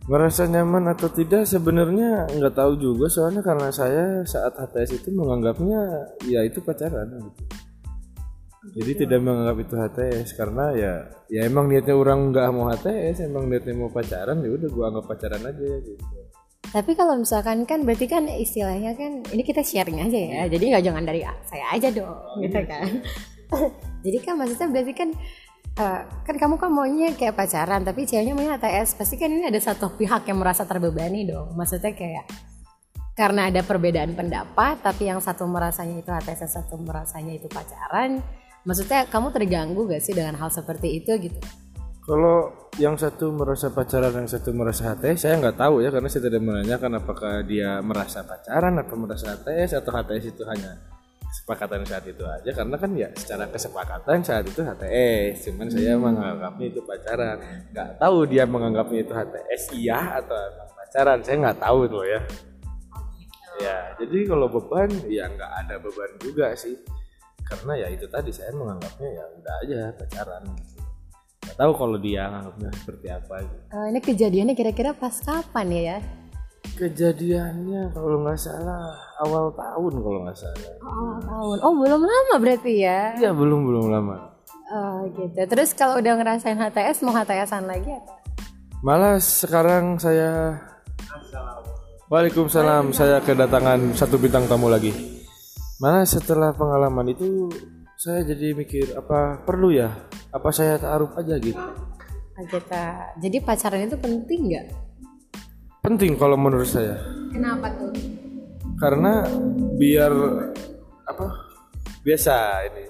Merasa nyaman atau tidak sebenarnya nggak tahu juga, soalnya karena saya saat HTS itu menganggapnya ya itu pacaran gitu. Jadi tidak menganggap itu HTS karena ya emang niatnya orang nggak mau HTS, emang niatnya mau pacaran, ya udah gua anggap pacaran aja gitu. Tapi kalau misalkan kan berarti kan istilahnya kan ini kita sharing aja ya. Jadi nggak jangan dari saya aja dong gitu kan. Jadi kan maksudnya berarti kan kan kamu kan maunya kayak pacaran tapi ceweknya maunya HTS, pasti kan ini ada satu pihak yang merasa terbebani dong. Maksudnya kayak karena ada perbedaan pendapat tapi yang satu merasanya itu HTS, yang satu merasanya itu pacaran. Maksudnya kamu terganggu gak sih dengan hal seperti itu gitu? Kalau yang satu merasa pacaran, yang satu merasa HTS, saya nggak tahu ya karena saya tidak menanyakan apakah dia merasa pacaran atau merasa HTS atau HTS itu hanya kesepakatan saat itu aja, karena kan ya secara kesepakatan saat itu HTS, cuman saya menganggapnya itu pacaran. Nggak tahu dia menganggapnya itu HTS iya atau emang pacaran, saya nggak tahu tuh ya. Ya jadi kalau beban ya nggak ada beban juga sih, karena ya itu tadi saya menganggapnya ya udah aja pacaran gitu. Nggak tahu kalau dia anggapnya seperti apa gitu. Ini kejadiannya kira-kira pas kapan ya? Kejadiannya kalau nggak salah awal tahun kalau nggak salah. Awal tahun. Oh belum lama berarti ya? Iya belum lama. Oh gitu. Terus kalau udah ngerasain HTS mau HTSan lagi apa? Malah sekarang saya Waalaikumsalam, saya kedatangan satu bintang tamu lagi. Malah setelah pengalaman itu saya jadi mikir apa perlu ya? Apa saya taruh aja gitu? Kita. Jadi pacaran itu penting nggak? Penting kalau menurut saya. Kenapa tuh? Karena biar apa? Biasa ini.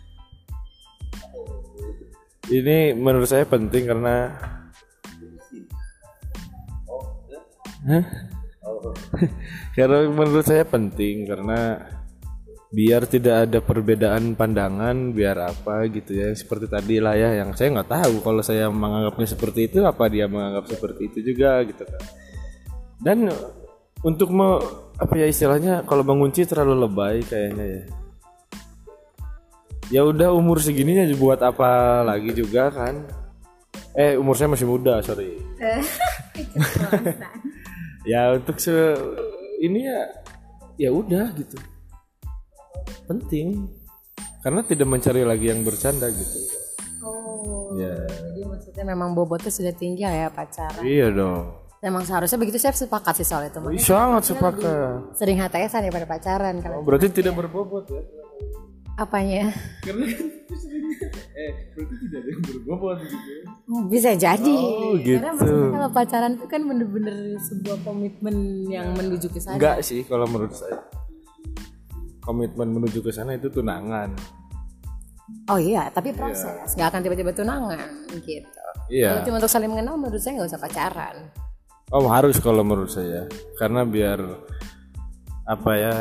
Ini menurut saya penting karena karena menurut saya penting karena biar tidak ada perbedaan pandangan, biar apa gitu ya, seperti tadi lah ya, yang saya nggak tahu kalau saya menganggapnya seperti itu apa dia menganggap seperti itu juga gitu kan. Dan untuk apa ya istilahnya, kalau mengunci terlalu lebay kayaknya ya. Ya udah umur segininya buat apa lagi juga kan? Umur saya masih muda, sorry. Ya untuk ini ya udah gitu. Penting karena tidak mencari lagi yang bercanda gitu. Oh. Ya. Jadi maksudnya memang bobotnya sudah tinggi ya pacaran. Iya dong. Memang seharusnya begitu, saya sepakat sih soal itu. Sangat sepakat. Sering HTSan daripada pacaran kalau. Berarti tidak berbobot ya? Apanya? Karena berarti tidak ada yang berbobot gitu. Bisa jadi. Oh, gitu. Karena maksudnya kalau pacaran itu kan bener-bener sebuah komitmen yang menuju ke sana. Enggak sih kalau menurut saya. Komitmen menuju ke sana itu tunangan. Oh iya, tapi proses. Nggak akan tiba-tiba tunangan gitu. Iya. Kalau cuma untuk saling mengenal, menurut saya nggak usah pacaran. Oh harus kalau menurut saya, karena biar apa ya?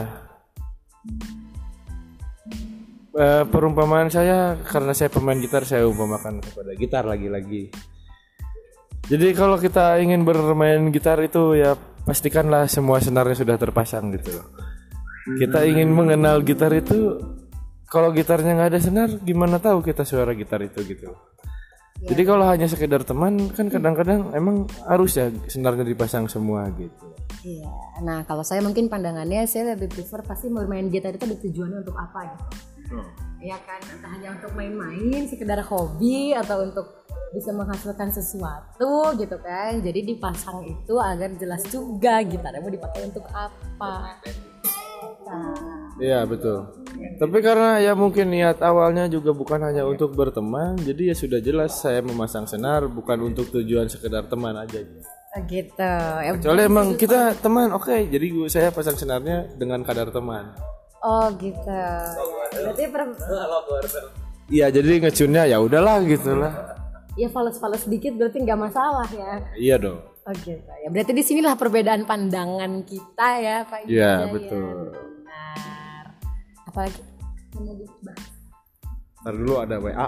Perumpamaan saya, karena saya pemain gitar, saya umpamakan kepada gitar lagi-lagi. Jadi kalau kita ingin bermain gitar itu ya pastikanlah semua senarnya sudah terpasang gitu loh. Kita ingin mengenal gitar itu, kalau gitarnya nggak ada senar, gimana tahu kita suara gitar itu gitu. Ya. Jadi kalau hanya sekedar teman kan kadang-kadang emang harus ya senarnya dipasang semua gitu. Iya. Nah kalau saya mungkin pandangannya saya lebih prefer pasti bermain gitar itu ada tujuannya untuk apa gitu. Iya kan, entah hanya untuk main-main, sekedar hobi atau untuk bisa menghasilkan sesuatu gitu kan. Jadi dipasang itu agar jelas juga gitarnya mau dipakai untuk apa. Iya betul. Tapi karena ya mungkin niat awalnya juga bukan hanya untuk berteman, jadi ya sudah jelas saya memasang senar bukan untuk tujuan sekedar teman aja. Gitu. Ya, kecuali emang kita teman, oke. Jadi saya pasang senarnya dengan kadar teman. Oh gitu. Berarti iya jadi ngecunnya ya udahlah gitulah. Ya fales-fales sedikit berarti nggak masalah ya. Iya dong. Oh gitu. Ya berarti di sinilah perbedaan pandangan kita ya Pak. Iya betul. Benar. Apalagi mau dibahas. Ntar dulu ada WA.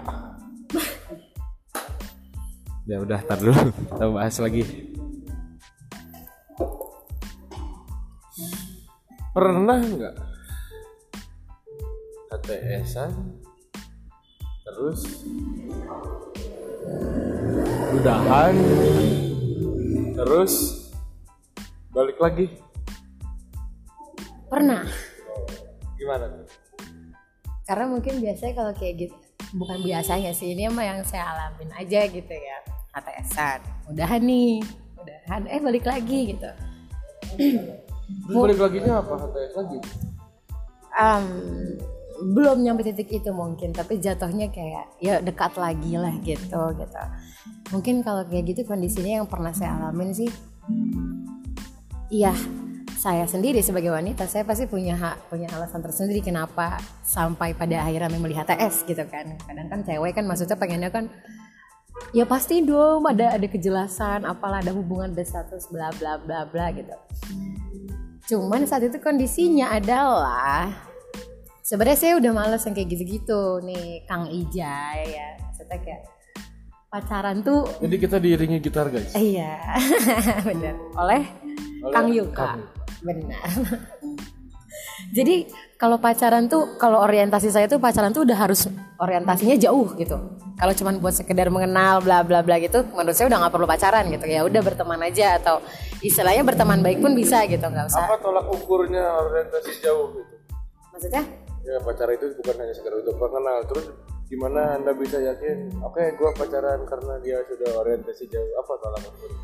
Ya udah, ntar dulu kita bahas lagi. Pernah nggak HTS-an terus udahan Terus balik lagi. Pernah. Gimana tuh? Karena mungkin biasanya kalau kayak gitu, bukan biasanya sih, ini emang yang saya alamin aja gitu ya. HTS-an, udahan balik lagi gitu. Terus balik laginya apa? HTS lagi? Belum nyampe titik itu mungkin, tapi jatuhnya kayak ya dekat lagi lah gitu. Mungkin kalau kayak gitu kondisinya yang pernah saya alamin sih, iya, saya sendiri sebagai wanita saya pasti punya alasan tersendiri kenapa sampai pada akhirnya memilih HTS gitu kan. Kadang kan cewek kan maksudnya pengennya kan ya pasti dong ada kejelasan, apalah ada hubungan, ada status bla bla bla bla gitu. Cuman saat itu kondisinya adalah sebenarnya saya udah males yang kayak gitu-gitu nih Kang Ijay ya. Maksudnya kayak pacaran tuh. Jadi kita diiringi gitar guys. Iya benar. Oleh Kang Yuka. Benar. Jadi kalau pacaran tuh, kalau orientasi saya tuh pacaran tuh udah harus orientasinya jauh gitu. Kalau cuman buat sekedar mengenal bla bla bla gitu, menurut saya udah nggak perlu pacaran gitu. Ya udah berteman aja, atau istilahnya berteman baik pun bisa gitu, nggak usah. Apa tolak ukurnya orientasi jauh gitu? Maksudnya? Ya pacaran itu bukan hanya sekedar untuk mengenal. Terus gimana Anda bisa yakin? Oke, gue pacaran karena dia sudah orientasi jauh. Apa tolak ukurnya?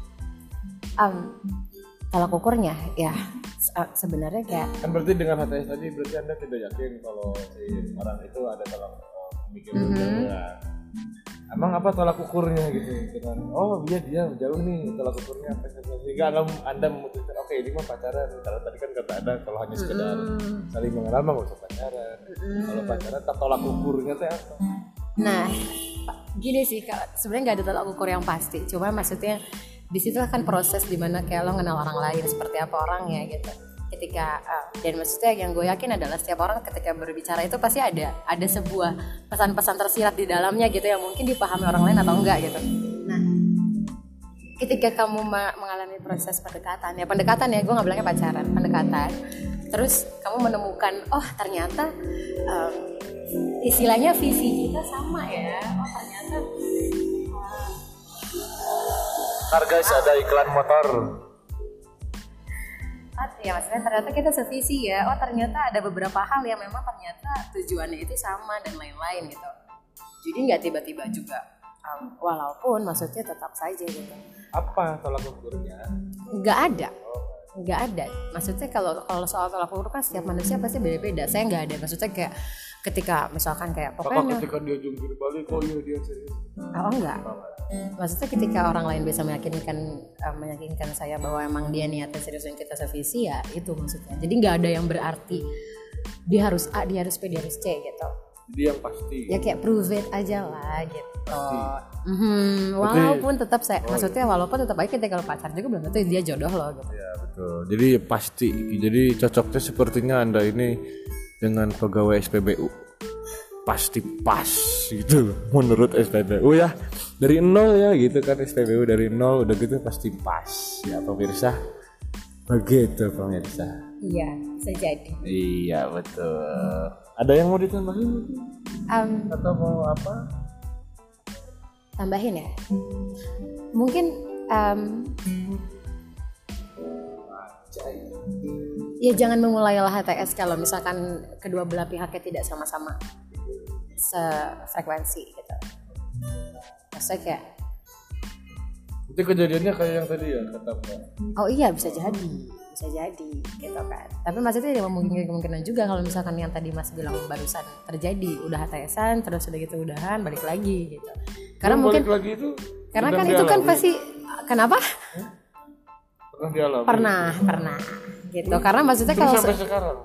Tolak ukurnya ya sebenarnya kayak kan berarti dengan HTS tadi berarti Anda tidak yakin kalau si orang itu ada tolak pemikiran jauh. Emang apa tolak ukurnya gitu dengan dia jauh nih, tolak ukurnya apa sehingga Anda memutuskan oke, ini mah pacaran. Karena tadi kan kata Anda kalau hanya sekedar saling mengenal mah nggak usah pacaran. Kalau pacaran tolak ukurnya teh apa? Nah gini sih, sebenarnya nggak ada tolak ukur yang pasti, cuma maksudnya di situ kan proses dimana kayak lo kenal orang lain seperti apa orangnya gitu. Ketika dan maksudnya yang gue yakin adalah setiap orang ketika berbicara itu pasti ada sebuah pesan-pesan tersirat di dalamnya gitu yang mungkin dipahami orang lain atau enggak gitu. Nah ketika kamu mengalami proses pendekatan ya gue nggak bilangnya pacaran, pendekatan, terus kamu menemukan ternyata istilahnya visi kita sama ya, ternyata Ntar guys ada iklan motor. Ya maksudnya ternyata kita sevisi ya. Ternyata ada beberapa hal yang memang ternyata tujuannya itu sama dan lain-lain gitu. Jadi nggak tiba-tiba juga. Walaupun maksudnya tetap saja gitu. Apa tolak ukurnya? Nggak ada. Maksudnya kalau soal tolak ukur kan setiap manusia pasti beda-beda. Saya nggak ada. Maksudnya kayak ketika misalkan kayak pokoknya ketika dia jungkir balik dia serius. Enggak. Maksudnya ketika orang lain bisa meyakinkan saya bahwa emang dia niatnya serius dan kita sevisi ya itu maksudnya. Jadi nggak ada yang berarti dia harus A, dia harus B, dia harus C gitu. Jadi yang pasti. Ya kayak prove it aja lah gitu. Walaupun tetap maksudnya walaupun tetap aja kita kalau pacar juga belum tentu dia jodoh loh gitu. Ya betul. Jadi pasti. Jadi cocoknya sepertinya Anda ini dengan pegawai SPBU. Pasti pas gitu menurut SPBU ya, dari nol ya gitu kan, SPBU dari nol udah gitu pasti pas ya pemirsa, begitu pemirsa. Iya bisa jadi. Iya betul. Ada yang mau ditambahin atau mau apa? Tambahin ya mungkin ya jangan memulailah HTS kalau misalkan kedua belah pihaknya tidak sama-sama sefrekuensi gitu. Maksudnya kayak itu kejadiannya kayak yang tadi ya kata Mbak. Oh iya bisa jadi gitu kan. Tapi maksudnya ada kemungkinan juga kalau misalkan yang tadi Mas bilang barusan terjadi udah HTS-an terus udah gitu udahan balik lagi gitu. Karena mungkin balik lagi itu karena kan itu kan pasti kenapa? Pernah dialami. Pernah gitu. Karena maksudnya terus kalau sampai sekarang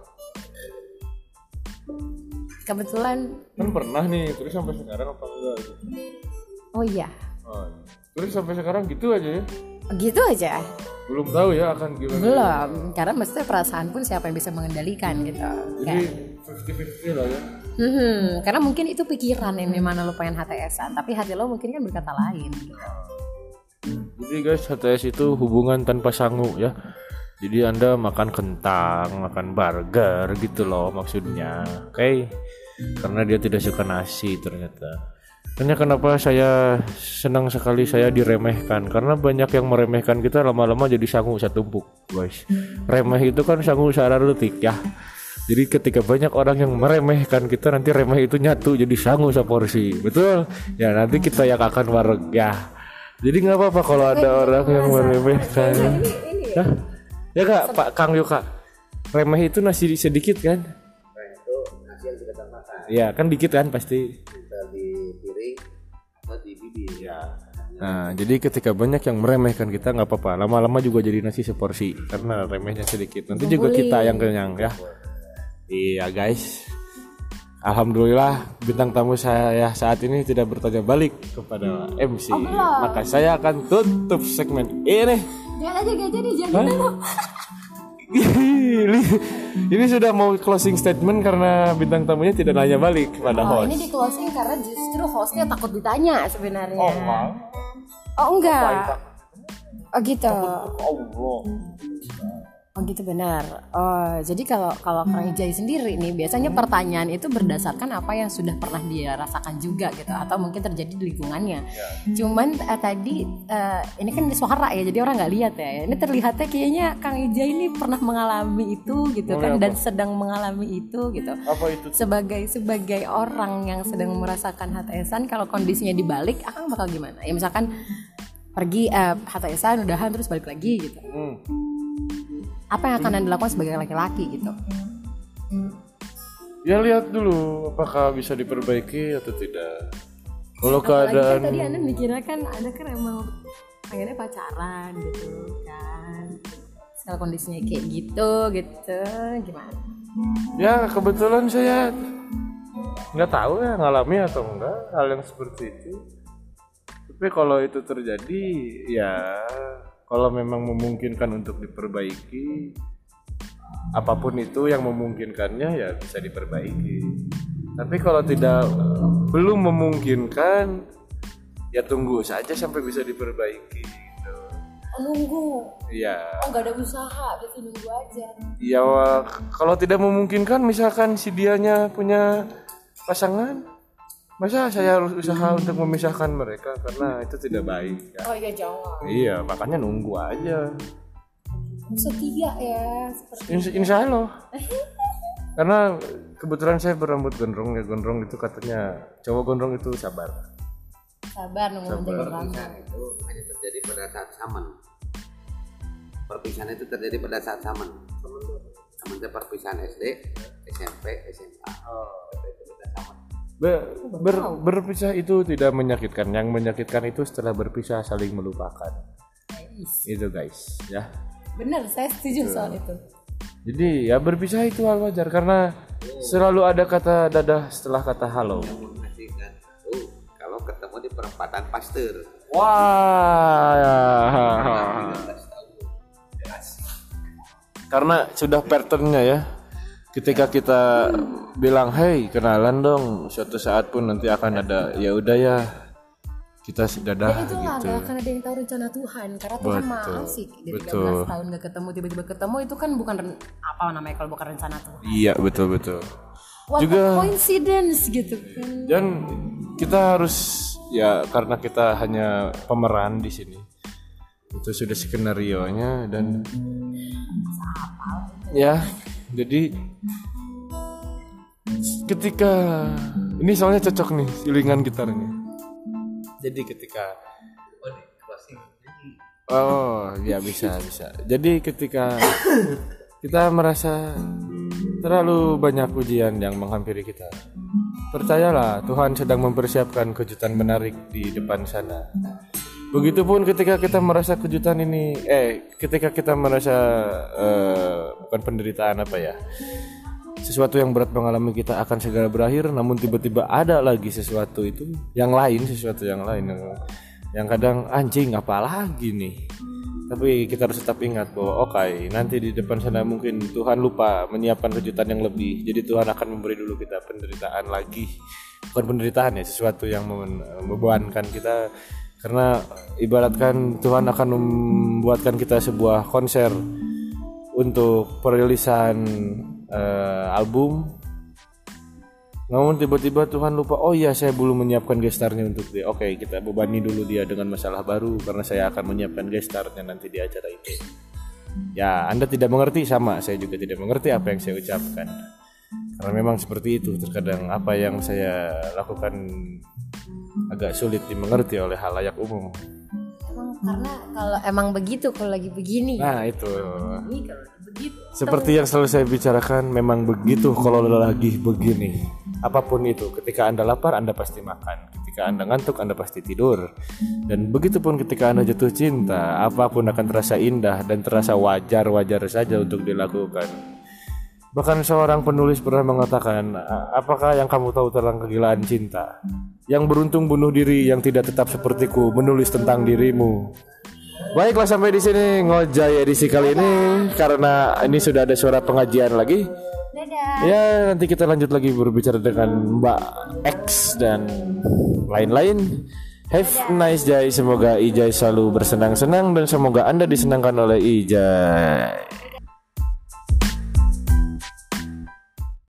kebetulan kan pernah nih, terus sampai sekarang apa enggak gitu. Oh iya. Terus sampai sekarang gitu aja ya? Gitu aja. Belum tahu ya akan gimana. Belum, karena maksudnya perasaan pun siapa yang bisa mengendalikan gitu. Jadi 50-50 lah ya. Karena mungkin itu pikiran yang dimana lo pengen HTS-an, tapi hati lo mungkin kan berkata lain gitu. Jadi guys, HTS itu hubungan tanpa sangu ya. Jadi Anda makan kentang, makan burger gitu loh maksudnya. Oke. Karena dia tidak suka nasi ternyata. Hanya kenapa saya senang sekali saya diremehkan, karena banyak yang meremehkan kita lama-lama jadi sangu satumpuk, guys. Remeh itu kan sangu sararutik ya. Jadi ketika banyak orang yang meremehkan kita, nanti remeh itu nyatu jadi sangu seporsi, betul? Ya nanti kita yang akan wareg ya. Jadi nggak apa-apa kalau ada orang yang meremehkan. Hah? Ya kak, Pak Kang Yoka, remeh itu nasi sedikit kan? Nah, itu nasi yang kita makan. Ya kan dikit kan pasti. Bisa di piring atau di bibir. Ya. Nah, jadi ketika banyak yang meremehkan kita nggak apa-apa. Lama-lama juga jadi nasi seporsi karena remehnya sedikit. Nanti juga kita yang kenyang ya. Iya guys. Alhamdulillah bintang tamu saya saat ini tidak bertanya balik kepada MC. Maka saya akan tutup segmen ini. Jangan aja gak jadi jangan dulu. Ini sudah mau closing statement karena bintang tamunya tidak nanya balik kepada host. Ini di closing karena justru hostnya takut ditanya sebenarnya. Oh enggak. Oh gitu. Oh gitu benar. Oh jadi kalau Kang Ijai sendiri nih biasanya pertanyaan itu berdasarkan apa yang sudah pernah dia rasakan juga gitu atau mungkin terjadi di lingkungannya. Cuman tadi ini kan di suara ya jadi orang nggak lihat ya. Ini terlihatnya kayaknya Kang Ijai ini pernah mengalami itu gitu kan dan sedang mengalami itu gitu. Apa itu? Sebagai orang yang sedang merasakan HTS-an kalau kondisinya dibalik akan bakal gimana? Ya misalkan pergi HTS-an udahan terus balik lagi gitu. Apa yang akan Anda lakukan sebagai laki-laki gitu? Ya lihat dulu apakah bisa diperbaiki atau tidak. Kalau Apalagi keadaan kan tadi Anda mikirnya kan Anda kan emang pengennya pacaran gitu kan. Kalau kondisinya kayak gitu gimana? ya kebetulan saya nggak tahu ya ngalami atau enggak hal yang seperti itu. Tapi kalau itu terjadi ya kalau memang memungkinkan untuk diperbaiki, apapun itu yang memungkinkannya ya bisa diperbaiki. Tapi kalau belum memungkinkan, ya tunggu saja sampai bisa diperbaiki. Gitu. Nunggu. Iya. Nggak ada usaha, berarti nunggu aja. Ya kalau tidak memungkinkan, misalkan si dianya punya pasangan, masa saya harus usaha untuk memisahkan mereka karena itu tidak baik ya. Oh iya jangan. Iya makanya nunggu aja. Setia ya seperti Insya Allah. Karena kebetulan saya berambut gondrong ya, gondrong itu katanya cowok gondrong itu sabar nunggu menjadi lama. Perpisahan itu hanya terjadi pada saat saman. Perpisahan itu terjadi pada saat saman. Saman itu perpisahan SD, SMP, SMA. Itu beda saman. Berpisah itu tidak menyakitkan. Yang menyakitkan itu setelah berpisah saling melupakan. Itu guys ya. Benar, saya setuju soal itu. Jadi ya berpisah itu hal wajar karena selalu ada kata dadah setelah kata halo. Mengasihkan. Kalau ketemu di perempatan Pasteur. Wah. 13 tahun. Karena sudah patternnya ya. Ketika kita bilang, hey kenalan dong, suatu saat pun nanti akan ada, ya udah ya kita dadah Dan itulah gitu. gak akan ada yang tahu rencana Tuhan karena Tuhan maha sih dari 13 tahun gak ketemu tiba-tiba ketemu itu kan bukan apa namanya kalau bukan rencana Tuhan. Iya betul. What Juga a coincidence gitu kan. dan kita harus ya karena kita hanya pemeran di sini. Itu sudah skenarionya dan ya jadi ketika ini soalnya cocok nih silingan gitarnya. Jadi ketika ya bisa. Jadi ketika kita merasa terlalu banyak ujian yang menghampiri kita, percayalah Tuhan sedang mempersiapkan kejutan menarik di depan sana. Begitupun ketika kita merasa kejutan ini, ketika kita merasa bukan penderitaan apa ya, sesuatu yang berat mengalami kita akan segera berakhir, namun tiba-tiba ada lagi sesuatu yang lain yang kadang anjing apa lagi nih. Tapi kita harus tetap ingat bahwa nanti di depan sana mungkin Tuhan lupa menyiapkan kejutan yang lebih. Jadi Tuhan akan memberi dulu kita penderitaan lagi, bukan penderitaan ya, sesuatu yang membebankan kita. Karena ibaratkan Tuhan akan membuatkan kita sebuah konser untuk perilisan album Namun tiba-tiba Tuhan lupa, oh iya saya belum menyiapkan gestarnya untuk dia. Oke, kita bebani dulu dia dengan masalah baru karena saya akan menyiapkan gestarnya nanti di acara itu. Ya, Anda tidak mengerti, sama saya juga tidak mengerti apa yang saya ucapkan. Karena memang seperti itu, terkadang apa yang saya lakukan agak sulit dimengerti oleh halayak umum. Emang karena kalau emang begitu kalau lagi begini. Nah, itu. Ini kalau lagi begitu. Seperti yang selalu saya bicarakan, memang begitu kalau lagi begini. Apapun itu, ketika Anda lapar, Anda pasti makan. Ketika Anda ngantuk, Anda pasti tidur. Dan begitupun ketika Anda jatuh cinta, apapun akan terasa indah dan terasa wajar-wajar saja untuk dilakukan. Bahkan seorang penulis pernah mengatakan, apakah yang kamu tahu tentang kegilaan cinta? Yang beruntung bunuh diri, yang tidak tetap sepertiku, menulis tentang dirimu. Baiklah, sampai di sini Ngojay edisi kali ini, karena ini sudah ada suara pengajian lagi. Dadah. Ya, nanti kita lanjut lagi berbicara dengan Mbak X dan lain-lain. Have a nice day. Semoga Ijay selalu bersenang-senang dan semoga Anda disenangkan oleh Ijay.